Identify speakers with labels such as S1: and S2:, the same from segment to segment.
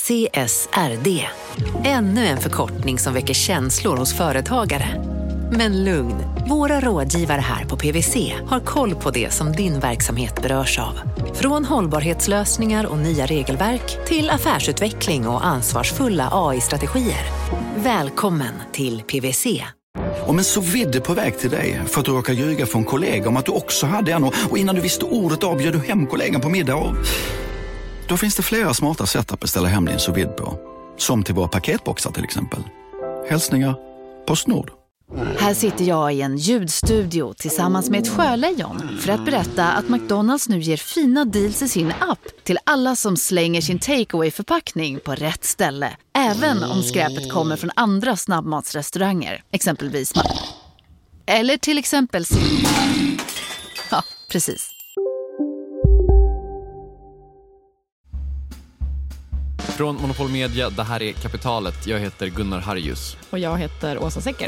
S1: CSRD. Ännu en förkortning som väcker känslor hos företagare. Men lugn, våra rådgivare här på PwC har koll på det som din verksamhet berörs av. Från hållbarhetslösningar och nya regelverk till affärsutveckling och ansvarsfulla AI-strategier. Välkommen till PwC.
S2: Om en sous vide på väg till dig för att du råkar ljuga för en kollega om att du också hade en och innan du visste ordet av bjöd du hem kollegan på middag och... Då finns det flera smarta sätt att beställa hem din sous vide på. Som till våra paketboxar till exempel. Hälsningar PostNord.
S3: Här sitter jag i en ljudstudio tillsammans med ett sjölejon för att berätta att McDonald's nu ger fina deals i sin app till alla som slänger sin takeaway-förpackning på rätt ställe. Även om skräpet kommer från andra snabbmatsrestauranger, exempelvis. Eller till exempel... Ja, precis.
S4: Från Monopol Media, det här är Kapitalet. Jag heter Gunnar Harjus.
S5: Och jag heter Åsa Secker.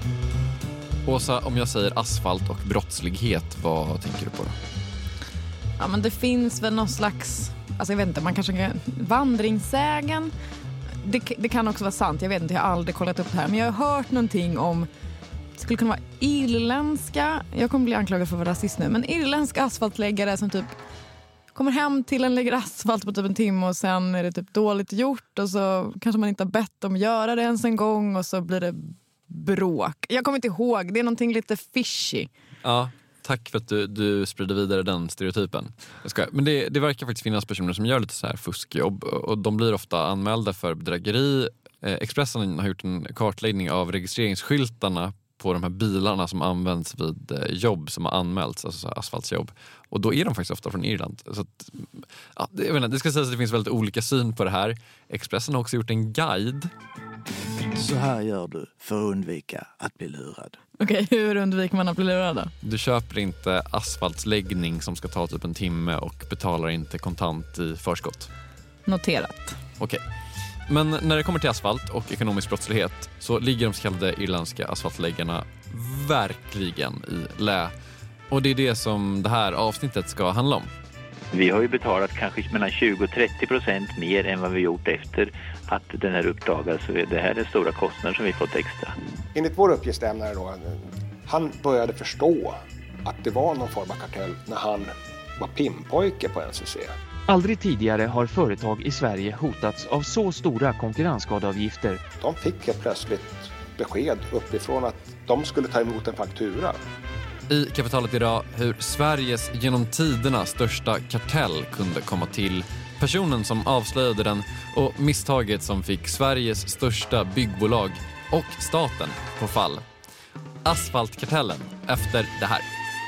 S4: Åsa, om jag säger asfalt och brottslighet, vad tänker du på då?
S5: Ja, men det finns väl någon slags... Alltså jag vet inte, man kanske kan... Vandringssägen. Det kan också vara sant, jag vet inte, jag har aldrig kollat upp det här. Men jag har hört någonting om... Det skulle kunna vara irländska... Jag kommer bli anklagad för att vara rasist nu. Men irländska asfaltläggare som typ... kommer hem till en lägger asfalt på typ en timme och sen är det typ dåligt gjort och så kanske man inte har bett dem göra det ens en gång och så blir det bråk. Jag kommer inte ihåg, det är någonting lite fishy.
S4: Ja, tack för att du sprider vidare den stereotypen. Men det verkar faktiskt finnas personer som gör lite så här fuskjobb och de blir ofta anmälda för bedrägeri. Expressen har gjort en kartläggning av registreringsskyltarna på de här bilarna som används vid jobb som har anmälts, alltså asfaltsjobb. Och då är de faktiskt ofta från Irland. Så att, ja, jag vet inte, det ska sägas att det finns väldigt olika syn på det här. Expressen har också gjort en guide.
S6: Så här gör du för att undvika att bli lurad.
S5: Okej, hur undviker man att bli lurad då?
S4: Du köper inte asfaltsläggning som ska ta typ en timme och betalar inte kontant i förskott.
S5: Noterat.
S4: Okej. Men när det kommer till asfalt och ekonomisk brottslighet så ligger de så kallade irländska asfaltläggarna verkligen i lä. Och det är det som det här avsnittet ska handla om.
S7: Vi har ju betalat kanske mellan 20-30% mer än vad vi gjort efter att den här uppdagas. Så det här är stora kostnader som vi fått extra.
S8: Enligt vår uppgiftslämnare då, han började förstå att det var någon form av kartell när han var pimpojke på NCC.
S9: Aldrig tidigare har företag i Sverige hotats av så stora konkurrensskadeavgifter.
S8: De fick helt plötsligt besked uppifrån att de skulle ta emot en faktura.
S4: I Kapitalet idag hur Sveriges genom tiderna största kartell kunde komma till, personen som avslöjade den och misstaget som fick Sveriges största byggbolag och staten på fall. Asfaltkartellen efter det här.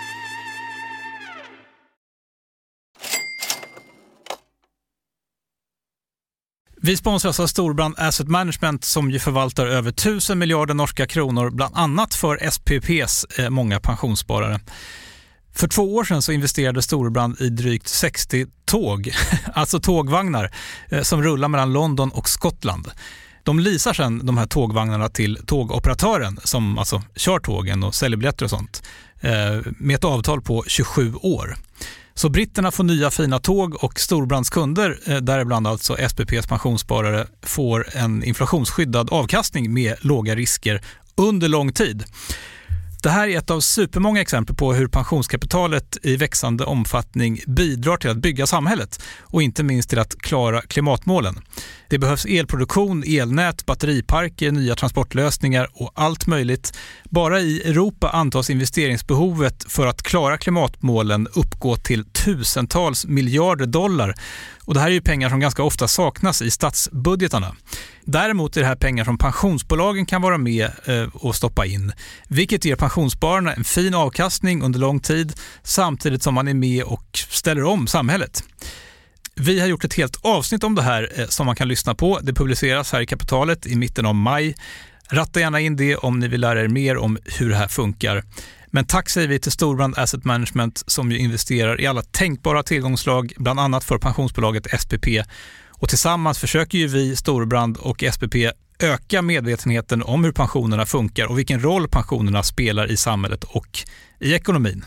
S10: Vi sponsras av Storebrand Asset Management som ju förvaltar över 1000 miljarder norska kronor bland annat för SPPs många pensionssparare. För 2 år sedan så investerade Storebrand i drygt 60 tåg, alltså tågvagnar som rullar mellan London och Skottland. De leasar sedan de här tågvagnarna till tågoperatören som alltså kör tågen och säljer biljetter och sånt med ett avtal på 27 år. Så britterna får nya fina tåg och Storebrands kunder, däribland alltså SPPs pensionssparare, får en inflationsskyddad avkastning med låga risker under lång tid. Det här är ett av supermånga exempel på hur pensionskapitalet i växande omfattning bidrar till att bygga samhället och inte minst till att klara klimatmålen. Det behövs elproduktion, elnät, batteriparker, nya transportlösningar och allt möjligt. Bara i Europa antas investeringsbehovet för att klara klimatmålen uppgå till tusentals miljarder dollar. Och det här är ju pengar som ganska ofta saknas i statsbudgetarna. Däremot är det här pengar som pensionsbolagen kan vara med och stoppa in. Vilket ger pensionsspararna en fin avkastning under lång tid samtidigt som man är med och ställer om samhället. Vi har gjort ett helt avsnitt om det här som man kan lyssna på. Det publiceras här i Kapitalet i mitten av maj. Ratta gärna in det om ni vill lära er mer om hur det här funkar. Men tack säger vi till Storebrand Asset Management som ju investerar i alla tänkbara tillgångslag, bland annat för pensionsbolaget SPP. Och tillsammans försöker ju vi, Storebrand och SPP, öka medvetenheten om hur pensionerna funkar och vilken roll pensionerna spelar i samhället och i ekonomin.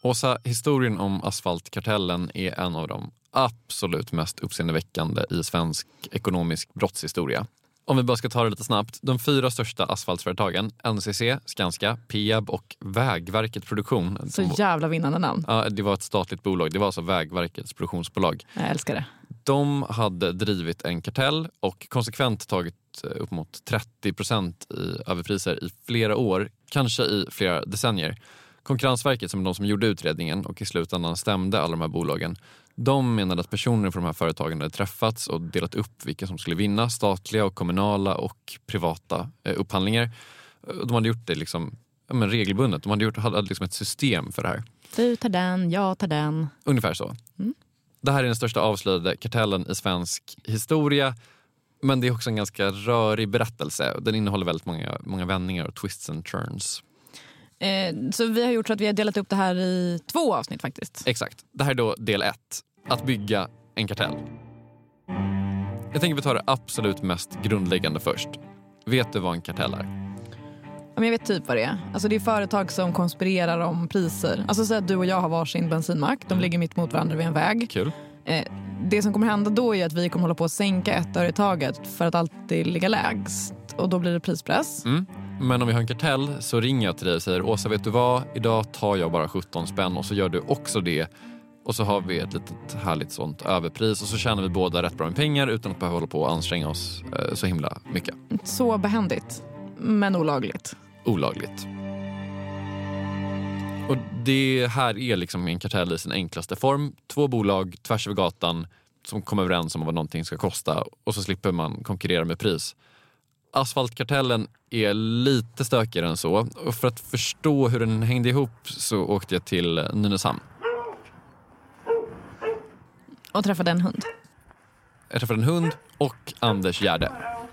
S4: Åsa, historien om asfaltkartellen är en av de absolut mest uppseendeväckande i svensk ekonomisk brottshistoria. Om vi bara ska ta det lite snabbt. De 4 största asfaltföretagen, NCC, Skanska, Peab och Vägverket Produktion.
S5: Så jävla vinnande namn.
S4: Ja, det var ett statligt bolag. Det var alltså Vägverkets produktionsbolag.
S5: Jag älskar det.
S4: De hade drivit en kartell och konsekvent tagit upp mot 30% i överpriser i flera år, kanske i flera decennier. Konkurrensverket, som är de som gjorde utredningen och i slutändan stämde alla de här bolagen, de menade att personer från de här företagen hade träffats och delat upp vilka som skulle vinna statliga och kommunala och privata upphandlingar. De hade gjort det liksom, regelbundet. De hade liksom ett system för det här.
S5: Du tar den, jag tar den.
S4: Ungefär så. Det här är den största avslöjade kartellen i svensk historia. Men det är också en ganska rörig berättelse. Den innehåller väldigt många vändningar och twists and turns.
S5: Så vi har gjort så att vi har delat upp det här i 2 avsnitt faktiskt.
S4: Exakt. Det här är då del 1. Att bygga en kartell. Jag tänker vi tar det absolut mest grundläggande först. Vet du vad en kartell är?
S5: Jag vet typ vad det är. Alltså det är företag som konspirerar om priser. Alltså så att du och jag har varsin bensinmack. De ligger mitt mot varandra vid en väg.
S4: Kul.
S5: Det som kommer hända då är att vi kommer hålla på att sänka 1 öre i taget för att alltid ligga lägst. Och då blir det prispress.
S4: Men om vi har en kartell så ringer jag till dig och säger: Åsa, vet du vad? Idag tar jag bara 17 spänn och så gör du också det. Och så har vi ett litet härligt sånt överpris och så tjänar vi båda rätt bra med pengar utan att behöva hålla på och anstränga oss så himla mycket.
S5: Så behändigt, men olagligt.
S4: Olagligt. Och det här är liksom en kartell i sin enklaste form. 2 bolag tvärs över gatan som kommer överens om vad någonting ska kosta och så slipper man konkurrera med pris. Asfaltkartellen är lite stökigare än så. Och för att förstå hur den hängde ihop så åkte jag till Nynäshamn.
S5: Och träffade en hund.
S4: Jag träffade en hund och Anders Gärde.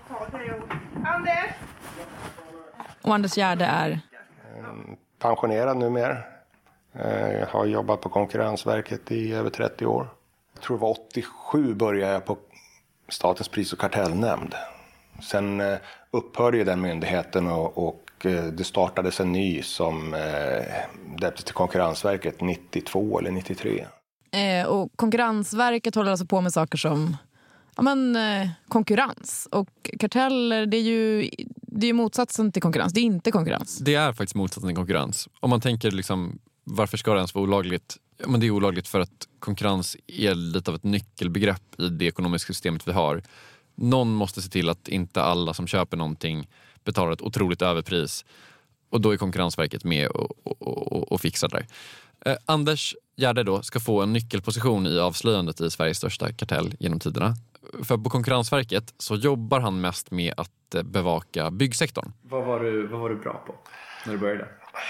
S5: Och Anders Gärde är?
S8: Pensionerad numera. Jag har jobbat på Konkurrensverket i över 30 år. Jag tror det var 87 började jag på Statens pris- och kartellnämnd. Sen upphörde ju den myndigheten och det startades en ny som döptes till Konkurrensverket 92 eller 93.
S5: Och Konkurrensverket håller alltså på med saker som konkurrens. Och karteller, det är ju motsatsen till konkurrens. Det är inte konkurrens.
S4: Det är faktiskt motsatsen till konkurrens. Om man tänker liksom, varför ska det ens vara olagligt? Ja, men det är olagligt för att konkurrens är lite av ett nyckelbegrepp i det ekonomiska systemet vi har. Någon måste se till att inte alla som köper någonting betalar ett otroligt överpris. Och då är Konkurrensverket med och fixar det. Anders Gärde då ska få en nyckelposition i avslöjandet i Sveriges största kartell genom tiderna. För på Konkurrensverket så jobbar han mest med att bevaka byggsektorn.
S11: Vad var du bra på när du började?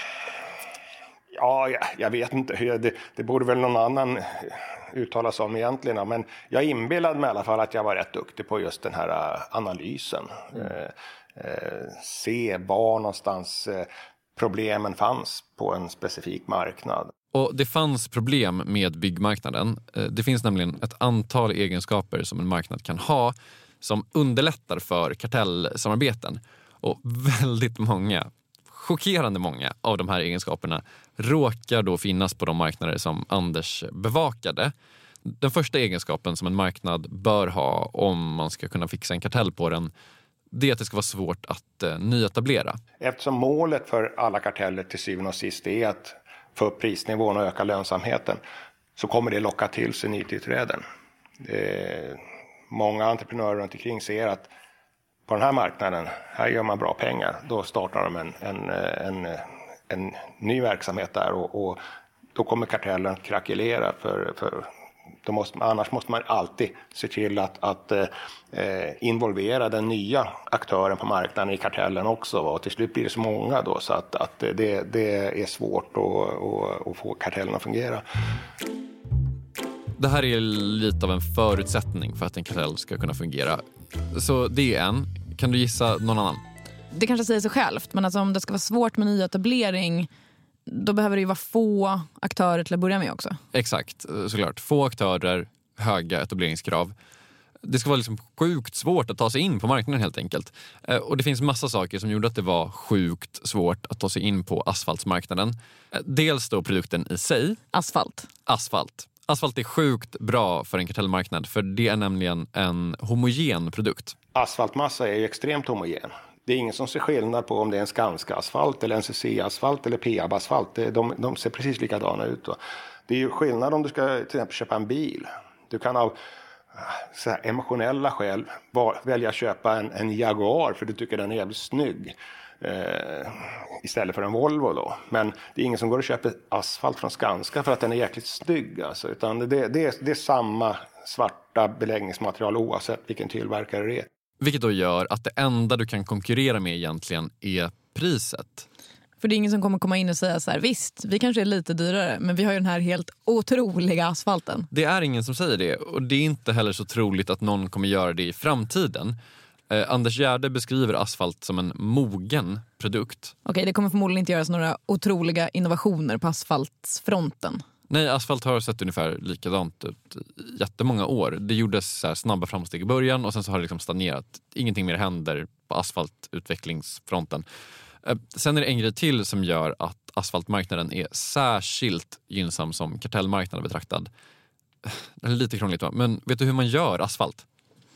S8: Ja, jag vet inte. Det borde väl någon annan uttala sig om egentligen. Men jag inbillade mig i alla fall att jag var rätt duktig på just den här analysen. Se var någonstans problemen fanns på en specifik marknad.
S4: Och det fanns problem med byggmarknaden. Det finns nämligen ett antal egenskaper som en marknad kan ha som underlättar för kartellsamarbeten. Och väldigt många, chockerande många av de här egenskaperna råkar då finnas på de marknader som Anders bevakade. Den första egenskapen som en marknad bör ha om man ska kunna fixa en kartell på den, det är att det ska vara svårt att nyetablera.
S8: Eftersom målet för alla karteller till syvende och sist är att få upp prisnivån och öka lönsamheten, så kommer det locka till sig nytillträden. Många entreprenörer runt omkring ser att på den här marknaden, här gör man bra pengar. Då startar de en ny verksamhet där och då kommer kartellen krackelera för annars måste man alltid se till att involvera den nya aktören på marknaden i kartellen också. Och till slut blir det så många då så att det är svårt att få kartellen att fungera.
S4: Det här är lite av en förutsättning för att en kartell ska kunna fungera. Så det är en. Kan du gissa någon annan?
S5: Det kanske säger sig självt, men alltså om det ska vara svårt med nyetablering, då behöver det ju vara få aktörer till att börja med också.
S4: Exakt, såklart. Få aktörer, höga etableringskrav. Det ska vara liksom sjukt svårt att ta sig in på marknaden helt enkelt. Och det finns massa saker som gjorde att det var sjukt svårt att ta sig in på asfaltsmarknaden. Dels då produkten i sig.
S5: Asfalt.
S4: Asfalt är sjukt bra för en kartellmarknad för det är nämligen en homogen produkt.
S8: Asfaltmassa är ju extremt homogen. Det är ingen som ser skillnad på om det är en Skanska-asfalt eller en NCC-asfalt eller Peab-asfalt. De ser precis likadana ut. Det är ju skillnad om du ska till exempel köpa en bil. Du kan av så här emotionella skäl välja att köpa en Jaguar för du tycker den är jävligt snygg. Istället för en Volvo då. Men det är ingen som går och köper asfalt från Skanska för att den är jäkligt snygg. Alltså. Utan det är samma svarta beläggningsmaterial oavsett vilken tillverkare det är.
S4: Vilket då gör att det enda du kan konkurrera med egentligen är priset.
S5: För det är ingen som kommer komma in och säga så här, visst, vi kanske är lite dyrare, men vi har ju den här helt otroliga asfalten.
S4: Det är ingen som säger det och det är inte heller så troligt att någon kommer göra det i framtiden. Anders Gärde beskriver asfalt som en mogen produkt.
S5: Okej, det kommer förmodligen inte göras några otroliga innovationer på asfaltsfronten.
S4: Nej, asfalt har sett ungefär likadant ut i jättemånga år. Det gjordes så här snabba framsteg i början och sen så har det liksom stagnerat. Ingenting mer händer på asfaltutvecklingsfronten. Sen är det en grej till som gör att asfaltmarknaden är särskilt gynnsam som kartellmarknad betraktad. Det är lite krångligt, men vet du hur man gör asfalt?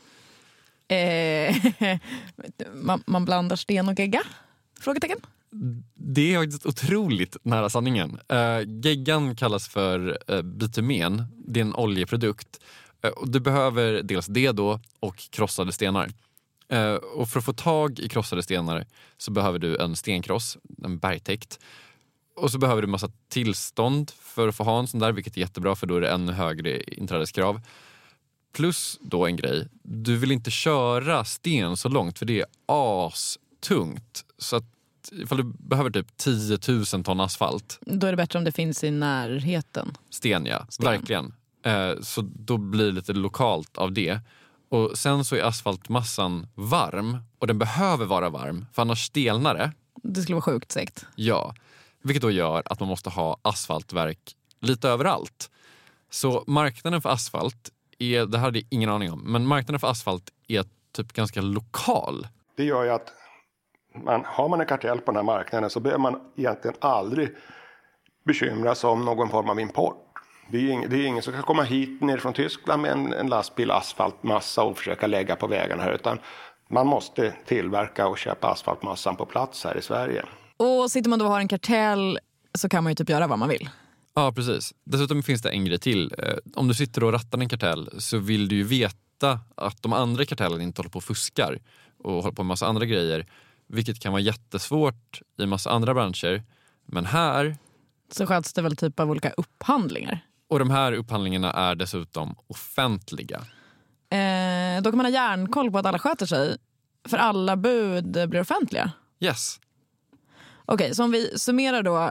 S5: Man blandar sten och gegga? Frågetecken?
S4: Det är faktiskt otroligt nära sanningen. Geggan kallas för bitumen. Det är en oljeprodukt. Och du behöver dels det då och krossade stenar. Och för att få tag i krossade stenar så behöver du en stenkross, en bergtäkt. Och så behöver du massa tillstånd för att få ha en sån där, vilket är jättebra för då är det ännu högre inträdeskrav. Plus då en grej, du vill inte köra sten så långt för det är astungt. Så att ifall du behöver typ 10 000 ton asfalt.
S5: Då är det bättre om det finns i närheten.
S4: Sten, ja. Verkligen. Så då blir det lite lokalt av det. Och sen så är asfaltmassan varm. Och den behöver vara varm, för annars stelnar det.
S5: Det skulle vara sjukt segt.
S4: Ja, vilket då gör att man måste ha asfaltverk lite överallt. Så marknaden för asfalt är, det här hade jag ingen aning om, men marknaden för asfalt är typ ganska lokal.
S8: Det gör ju att har man en kartell på den här marknaden så behöver man egentligen aldrig bekymra sig om någon form av import. Det är ingen som kan komma hit ner från Tyskland med en lastbil asfaltmassa och försöka lägga på vägarna här, utan man måste tillverka och köpa asfaltmassan på plats här i Sverige.
S5: Och sitter man då och har en kartell så kan man ju typ göra vad man vill.
S4: Ja, precis. Dessutom finns det en grej till. Om du sitter och rattar en kartell så vill du ju veta att de andra kartellen inte håller på och fuskar och håller på med massa andra grejer. Vilket kan vara jättesvårt i massa andra branscher. Men här
S5: så sköts det väl typ av olika upphandlingar.
S4: Och de här upphandlingarna är dessutom offentliga.
S5: Då kan man ha järnkoll på att alla sköter sig. För alla bud blir offentliga.
S4: Yes.
S5: Okej, så om vi summerar då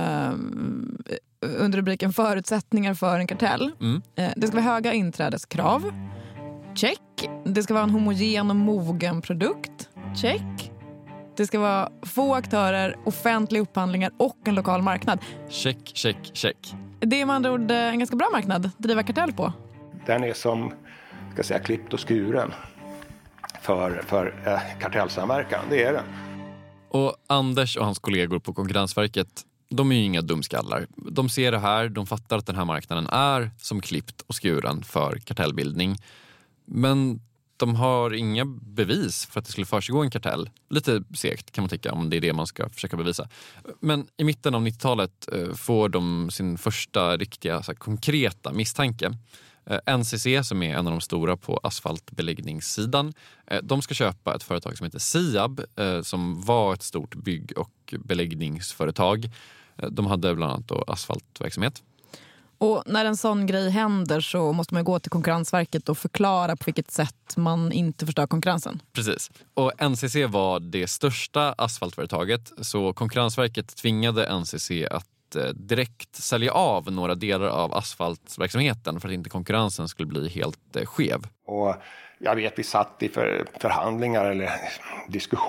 S5: under rubriken förutsättningar för en kartell. Det ska vara höga inträdeskrav. Check. Det ska vara en homogen och mogen produkt. Check. Det ska vara få aktörer, offentliga upphandlingar och en lokal marknad.
S4: Check, check, check.
S5: Det är med andra ord en ganska bra marknad att driva kartell på.
S8: Den är som, ska säga, klippt och skuren för kartellsamverkan. Det är den.
S4: Och Anders och hans kollegor på Konkurrensverket, de är ju inga dumskallar. De ser det här, de fattar att den här marknaden är som klippt och skuren för kartellbildning. Men de har inga bevis för att det skulle försiggå en kartell. Lite segt kan man tycka om det är det man ska försöka bevisa. Men i mitten av 90-talet får de sin första riktiga så här, konkreta misstanke. NCC, som är en av de stora på asfaltbeläggningssidan, de ska köpa ett företag som heter Siab, som var ett stort bygg- och beläggningsföretag. De hade bland annat då asfaltverksamhet.
S5: Och när en sån grej händer så måste man gå till Konkurrensverket och förklara på vilket sätt man inte förstör konkurrensen.
S4: Precis. Och NCC var det största asfaltföretaget, så Konkurrensverket tvingade NCC att direkt sälja av några delar av asfaltverksamheten för att inte konkurrensen skulle bli helt skev.
S8: Och jag vet, vi satt i förhandlingar eller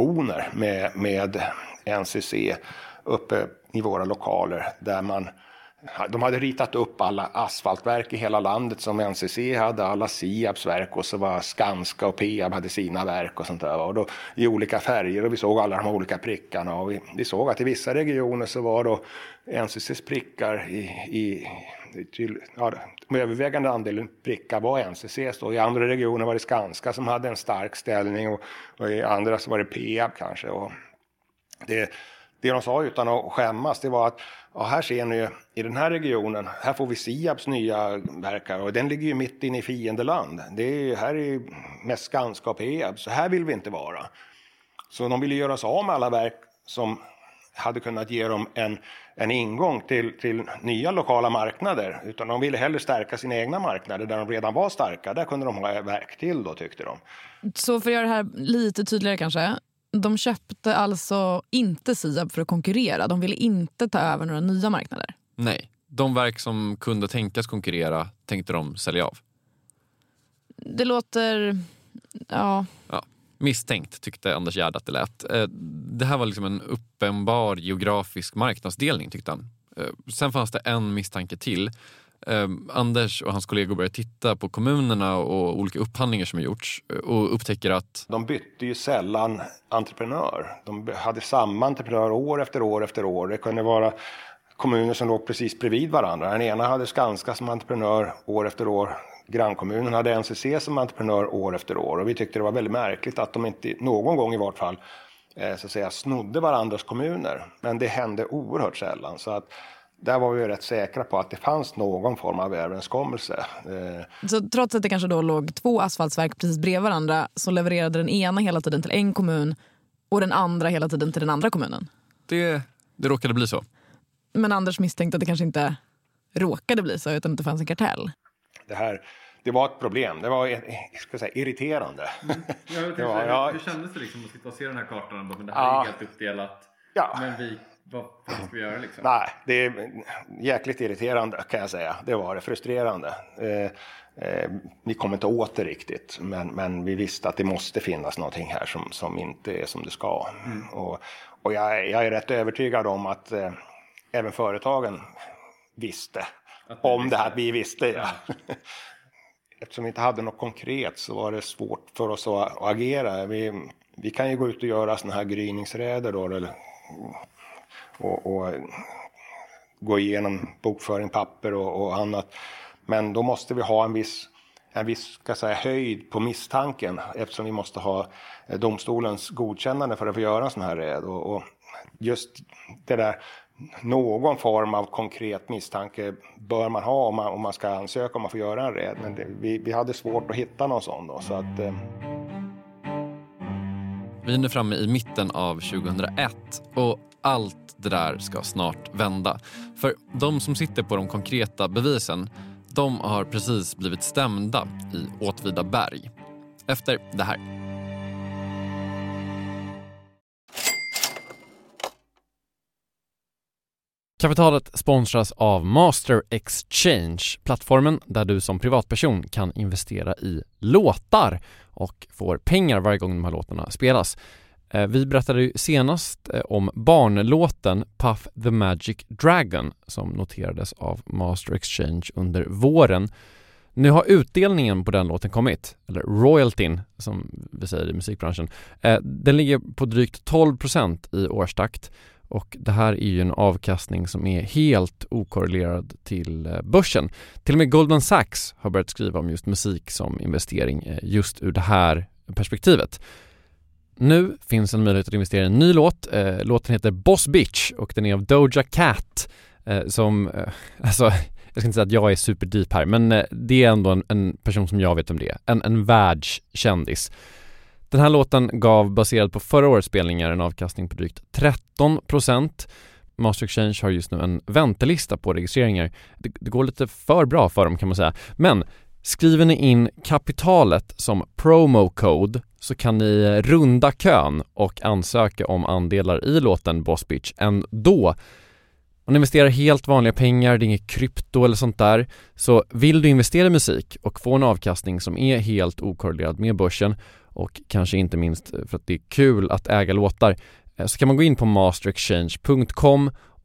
S8: diskussioner med NCC uppe i våra lokaler där man De hade ritat upp alla asfaltverk i hela landet som NCC hade, alla Siabs verk, och så var Skanska och Peab hade sina verk och sånt där. Och då, i olika färger, och vi såg alla de olika prickarna, och vi såg att i vissa regioner så var då NCCs prickar med övervägande andelen prickar var NCCs då. I andra regioner var det Skanska som hade en stark ställning, och i andra så var det Peab kanske. Och det de sa utan att skämmas, det var att här ser ni i den här regionen, här får vi Siabs nya verkar, och den ligger ju mitt inne i fiendeland. Här är mest Skanska och Peab, så här vill vi inte vara. Så de ville göra sig av med alla verk som hade kunnat ge dem en ingång till nya lokala marknader, utan de ville hellre stärka sina egna marknader där de redan var starka. Där kunde de ha verk till då, tyckte de.
S5: Så för att göra det här lite tydligare kanske, de köpte alltså inte Siab för att konkurrera. De ville inte ta över några nya marknader.
S4: Nej, de verk som kunde tänkas konkurrera tänkte de sälja av.
S5: Det låter... Ja,
S4: misstänkt tyckte Anders Gärd att det lät. Det här var liksom en uppenbar geografisk marknadsdelning, tyckte han. Sen fanns det en misstanke till. Anders och hans kollegor började titta på kommunerna och olika upphandlingar som har gjorts och upptäcker att
S8: de bytte ju sällan entreprenör. De hade samma entreprenör år efter år efter år. Det kunde vara kommuner som låg precis bredvid varandra. Den ena hade Skanska som entreprenör år efter år. Grannkommunen hade NCC som entreprenör år efter år. Och vi tyckte det var väldigt märkligt att de inte någon gång i vart fall så att säga snodde varandras kommuner. Men det hände oerhört sällan, så att där var vi rätt säkra på att det fanns någon form av överenskommelse.
S5: Så trots att det kanske då låg 2 asfaltsverk precis bredvid varandra, så levererade den ena hela tiden till en kommun och den andra hela tiden till den andra kommunen? Det
S4: råkade bli så.
S5: Men Anders misstänkte att det kanske inte råkade bli så, utan att det fanns en kartell.
S8: Det var ett problem. Det var irriterande.
S11: Hur kändes det liksom att sitta och se den här kartan? Men det här är helt uppdelat. Ja. Men vad ska vi göra liksom?
S8: Nej, det är jäkligt irriterande kan jag säga. Det var det, frustrerande. Vi kom inte åt det riktigt. Men vi visste att det måste finnas någonting här som inte är som det ska. Och jag är rätt övertygad om att även företagen visste om det här. Vi visste, ja. Eftersom vi inte hade något konkret så var det svårt för oss att agera. Vi kan ju gå ut och göra såna här gryningsräder då, och gå igenom bokföring, papper och annat. Men då måste vi ha en viss ska säga, höjd på misstanken, eftersom vi måste ha domstolens godkännande för att få göra en sån här räd. Och just det där, någon form av konkret misstanke bör man ha om man ska ansöka om att få göra en räd. Men vi hade svårt att hitta någon sån då, så att...
S4: Vi är nu framme i mitten av 2001 och allt det där ska snart vända. För de som sitter på de konkreta bevisen, de har precis blivit stämda i Åtvidaberg. Efter det här. Kapitalet sponsras av Master Exchange, plattformen där du som privatperson kan investera i låtar och får pengar varje gång de här låtarna spelas. Vi berättade ju senast om barnlåten Puff the Magic Dragon som noterades av Master Exchange under våren. Nu har utdelningen på den låten kommit, eller royaltyn som vi säger i musikbranschen. Den ligger på drygt 12% i årstakt. Och det här är ju en avkastning som är helt okorrelerad till börsen. Till och med Goldman Sachs har börjat skriva om just musik som investering just ur det här perspektivet. Nu finns en möjlighet att investera i en ny låt. Låten heter Boss Bitch och den är av Doja Cat som, alltså jag ska inte säga att jag är superdeep här, men det är ändå en person som jag vet om det är. En världskändis. Den här låten gav, baserad på förra årets spelningar, en avkastning på drygt 13%. Master Exchange har just nu en väntelista på registreringar. Det går lite för bra för dem kan man säga. Men skriver ni in kapitalet som promo code så kan ni runda kön och ansöka om andelar i låten Boss Bitch ändå. Om ni investerar helt vanliga pengar, det är inget krypto eller sånt där, så vill du investera i musik och få en avkastning som är helt okorrelerad med börsen och kanske inte minst för att det är kul att äga låtar, så kan man gå in på masterexchange.com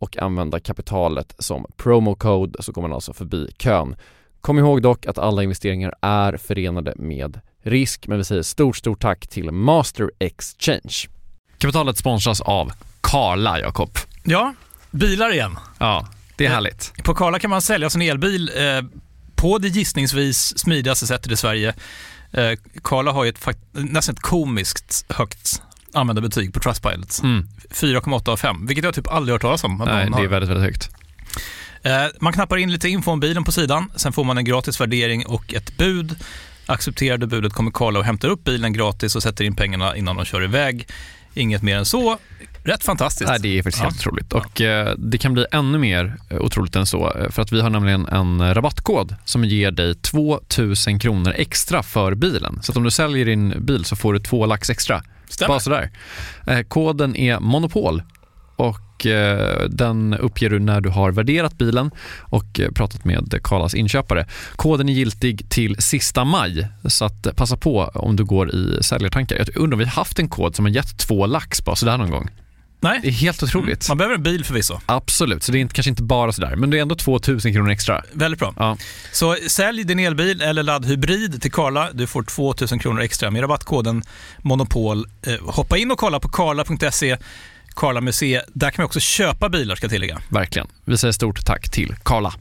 S4: och använda kapitalet som promocode, så går man alltså förbi kön. Kom ihåg dock att alla investeringar är förenade med risk, men vi säger stort tack till Master Exchange. Kapitalet sponsras av Carla, Jakob.
S10: Ja, bilar igen.
S4: Ja, det är härligt.
S10: På Carla kan man sälja sin elbil på det gissningsvis smidigaste sättet i Sverige. Carla har ju nästan ett komiskt högt användarbetyg på Trustpilot. 4,8 av 5, vilket jag typ aldrig hört talas om.
S4: Nej, det är väldigt, väldigt högt.
S10: Man knappar in lite info om bilen på sidan. Sen får man en gratis värdering och ett bud. Accepterade budet kommer Carla och hämtar upp bilen gratis och sätter in pengarna innan de kör iväg. Inget mer än så. Rätt fantastiskt.
S4: Nej, det är faktiskt helt otroligt. Och det kan bli ännu mer otroligt än så. För att vi har nämligen en rabattkod som ger dig 2000 kronor extra för bilen. Så att om du säljer din bil så får du 2 lax extra.
S10: Stämmer.
S4: Bara sådär. Koden är Monopol. Och den uppger du när du har värderat bilen och pratat med Carlas inköpare. Koden är giltig till sista maj, så att passa på om du går i säljartankar. Jag undrar om vi har haft en kod som har gett 2 lax bara sådär någon gång.
S10: Nej.
S4: Det är helt otroligt.
S10: Man behöver en bil förvisso.
S4: Absolut, så det är kanske inte bara sådär. Men det är ändå 2000 kronor extra.
S10: Väldigt bra.
S4: Ja.
S10: Så sälj din elbil eller laddhybrid till Carla. Du får 2000 kronor extra med rabattkoden Monopol. Hoppa in och kolla på carla.se. Carla Museet. Där kan vi också köpa bilar, ska tillägga.
S4: Verkligen. Vi säger stort tack till Carla.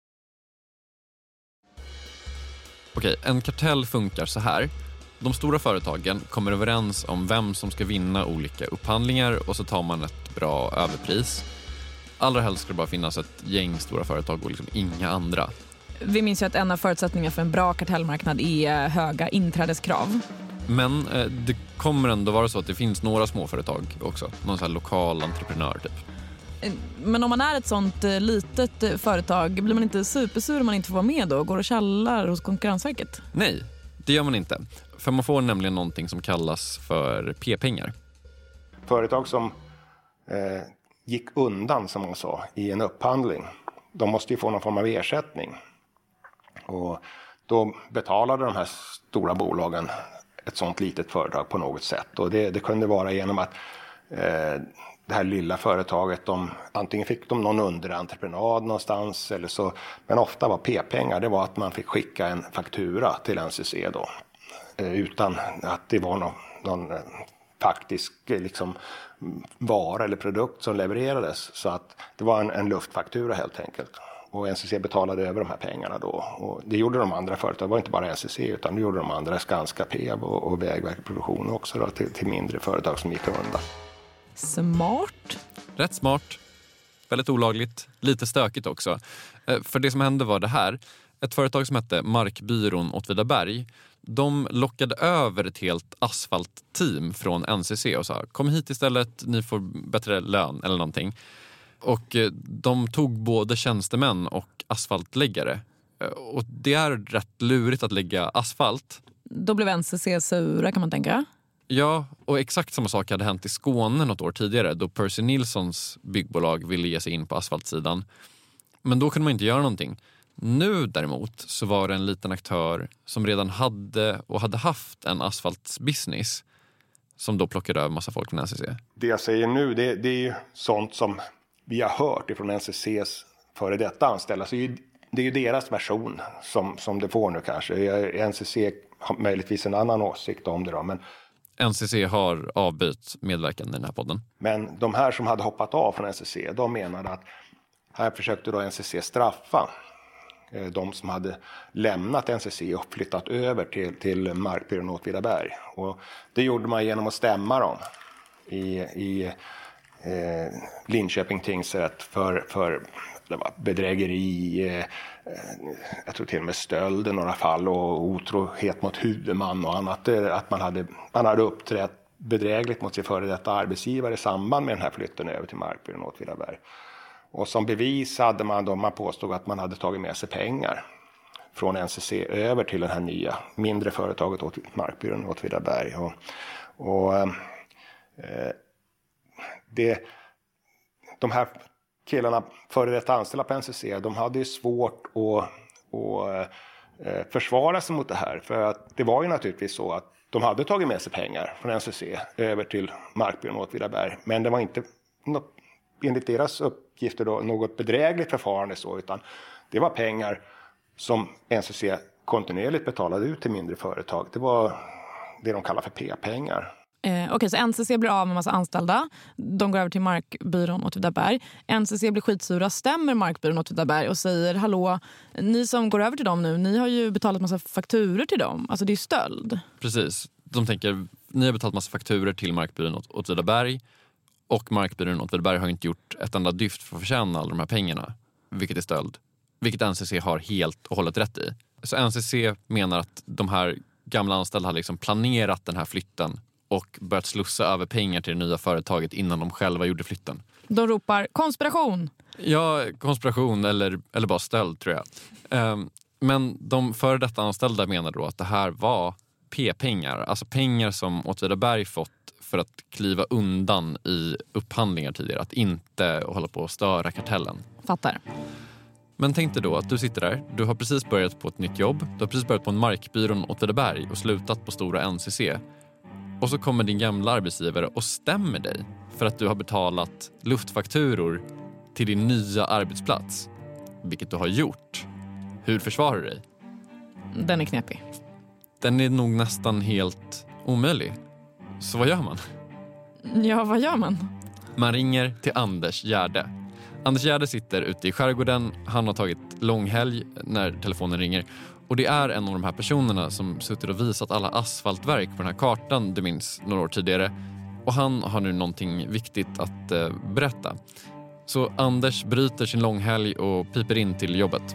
S4: Okej, en kartell funkar så här. De stora företagen kommer överens om vem som ska vinna olika upphandlingar och så tar man ett bra överpris. Allra helst ska det bara finnas ett gäng stora företag och liksom inga andra.
S5: Vi minns ju att en av förutsättningarna för en bra kartellmarknad är höga inträdeskrav.
S4: Men det kommer ändå vara så att det finns några småföretag också. Någon sån här lokal entreprenör typ.
S5: Men om man är ett sånt litet företag, blir man inte supersur om man inte får vara med då och går och kallar hos Konkurrensverket?
S4: Nej, det gör man inte. För man får nämligen någonting som kallas för P-pengar.
S8: Företag som gick undan, som man sa, i en upphandling, de måste ju få någon form av ersättning. Och då betalade de här stora bolagen ett sånt litet företag på något sätt. Och det kunde vara genom att det här lilla företaget, antingen fick de någon underentreprenad någonstans, eller så, men ofta var P-pengar, det var att man fick skicka en faktura till NCC då, utan att det var någon faktisk liksom vara eller produkt som levererades. Så att det var en luftfaktura helt enkelt. Och NCC betalade över de här pengarna då. Och det gjorde de andra företag. Det var inte bara NCC utan det gjorde de andra, Skanska, Peab och Vägverket Produktion också då, till mindre företag som gick undan.
S5: Smart.
S4: Rätt smart. Väldigt olagligt. Lite stökigt också. För det som hände var det här. Ett företag som hette Markbyrån Åtvidaberg, de lockade över ett helt asfaltteam från NCC och sa: kom hit istället, ni får bättre lön eller någonting. Och de tog både tjänstemän och asfaltläggare. Och det är rätt lurigt att lägga asfalt.
S5: Då blev NCC sura, kan man tänka.
S4: Ja, och exakt samma sak hade hänt i Skåne något år tidigare då Percy Nilssons byggbolag ville ge sig in på asfaltsidan. Men då kunde man inte göra någonting. Nu däremot så var det en liten aktör som redan hade haft en asfaltsbusiness som då plockade över massa folk från NCC. Det
S8: jag säger nu, det är ju sånt som vi har hört ifrån NCCs före detta anställda. Så det är ju deras version som det får nu kanske. NCC har möjligtvis en annan åsikt om det då, men
S4: NCC har avbytt medverkan i den här podden.
S8: Men de här som hade hoppat av från NCC, de menade att här försökte då NCC straffa de som hade lämnat NCC och flyttat över till Markbyrån Åtvidaberg. Och det gjorde man genom att stämma dem i Linköping tingsrätt för det var bedrägeri, jag tror till och med stöld i några fall och otrohet mot huvudman och annat. Att man hade uppträtt bedrägligt mot sin före detta arbetsgivare i samband med den här flytten över till Markbyrån Åtvidaberg. Och som bevis hade man påstod att man hade tagit med sig pengar från NCC över till det här nya mindre företaget åt Markbyrån Åtvidaberg. De här killarna före detta anställda på NCC, de hade ju svårt att försvara sig mot det här. För att det var ju naturligtvis så att de hade tagit med sig pengar från NCC över till Markbyrån Åtvidaberg. Men det var inte något enligt deras uppgifter då något bedrägligt förfarande så, utan det var pengar som NCC kontinuerligt betalade ut till mindre företag. Det var det de kallar för P-pengar.
S5: Okej, så NCC blir av med massa anställda. De går över till Markbyrån Åtvidaberg. NCC blir skitsura, stämmer Markbyrån Åtvidaberg och säger hallå, ni som går över till dem nu, ni har ju betalat massa fakturer till dem. Alltså det är ju stöld.
S4: Precis. De tänker, ni har betalat massa fakturer till Markbyrån Åtvidaberg och Markbyrån Åtvidaberg har inte gjort ett enda dyft för att förtjäna alla de här pengarna, vilket är stöld. Vilket NCC har helt och hållet rätt i. Så NCC menar att de här gamla anställda har liksom planerat den här flytten och börjat slussa över pengar till det nya företaget innan de själva gjorde flytten.
S5: De ropar konspiration.
S4: Ja, konspiration eller bara stöld tror jag. Men de före detta anställda menar då att det här var P-pengar. Alltså pengar som Åtvidaberg fått för att kliva undan i upphandlingar tidigare. Att inte hålla på att störa kartellen.
S5: Fattar.
S4: Men tänk dig då att du sitter där, du har precis börjat på ett nytt jobb. Du har precis börjat på en Markbyrån Åtvidaberg och slutat på stora NCC. Och så kommer din gamla arbetsgivare och stämmer dig för att du har betalat luftfakturor till din nya arbetsplats. Vilket du har gjort. Hur försvarar du dig?
S5: Den är knepig.
S4: Den är nog nästan helt omöjlig. Så vad gör man?
S5: Ja, vad gör man?
S4: Man ringer till Anders Gärde. Anders Gärde sitter ute i skärgården. Han har tagit långhelg när telefonen ringer. Och det är en av de här personerna som suttit och visat alla asfaltverk på den här kartan du minns några år tidigare. Och han har nu någonting viktigt att berätta. Så Anders bryter sin långhelg och piper in till jobbet.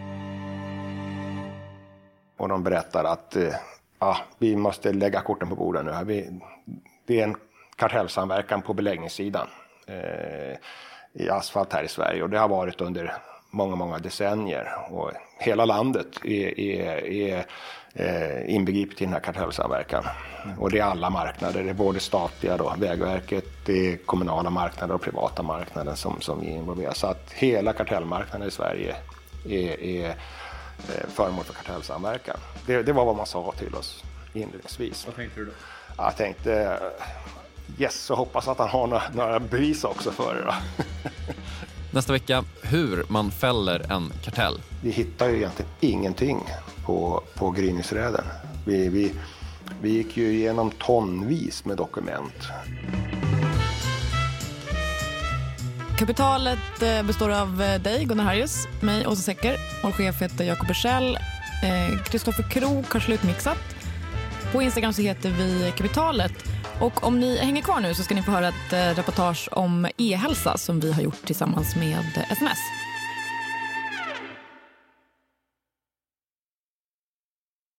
S8: Och de berättar att vi måste lägga korten på bordet nu. Det är en kartellsamverkan på beläggningssidan i asfalt här i Sverige. Och det har varit under många decennier. Och hela landet är inbegripet i den här kartellsamverkan. Och det är alla marknader. Det är både statliga, då, Vägverket, det är kommunala marknader och privata marknader som är involverade. Så att hela kartellmarknaden i Sverige är föremål för kartellsamverkan. Det var vad man sa till oss inledningsvis.
S11: Vad tänkte du då?
S8: Jag tänkte, yes, och hoppas att han har några bevis också för det då.
S4: Nästa vecka, hur man fäller en kartell.
S8: Vi hittar ju egentligen ingenting på gryningsräden. Vi gick ju igenom tonvis med dokument.
S5: Kapitalet består av dig, Gunnar Harrius, mig, Åsa Secker. Vår chef heter Jakob Bursell. Kristoffer Krook har slutmixat. På Instagram så heter vi Kapitalet. Och om ni hänger kvar nu så ska ni få höra ett reportage om e-hälsa som vi har gjort tillsammans med SMS.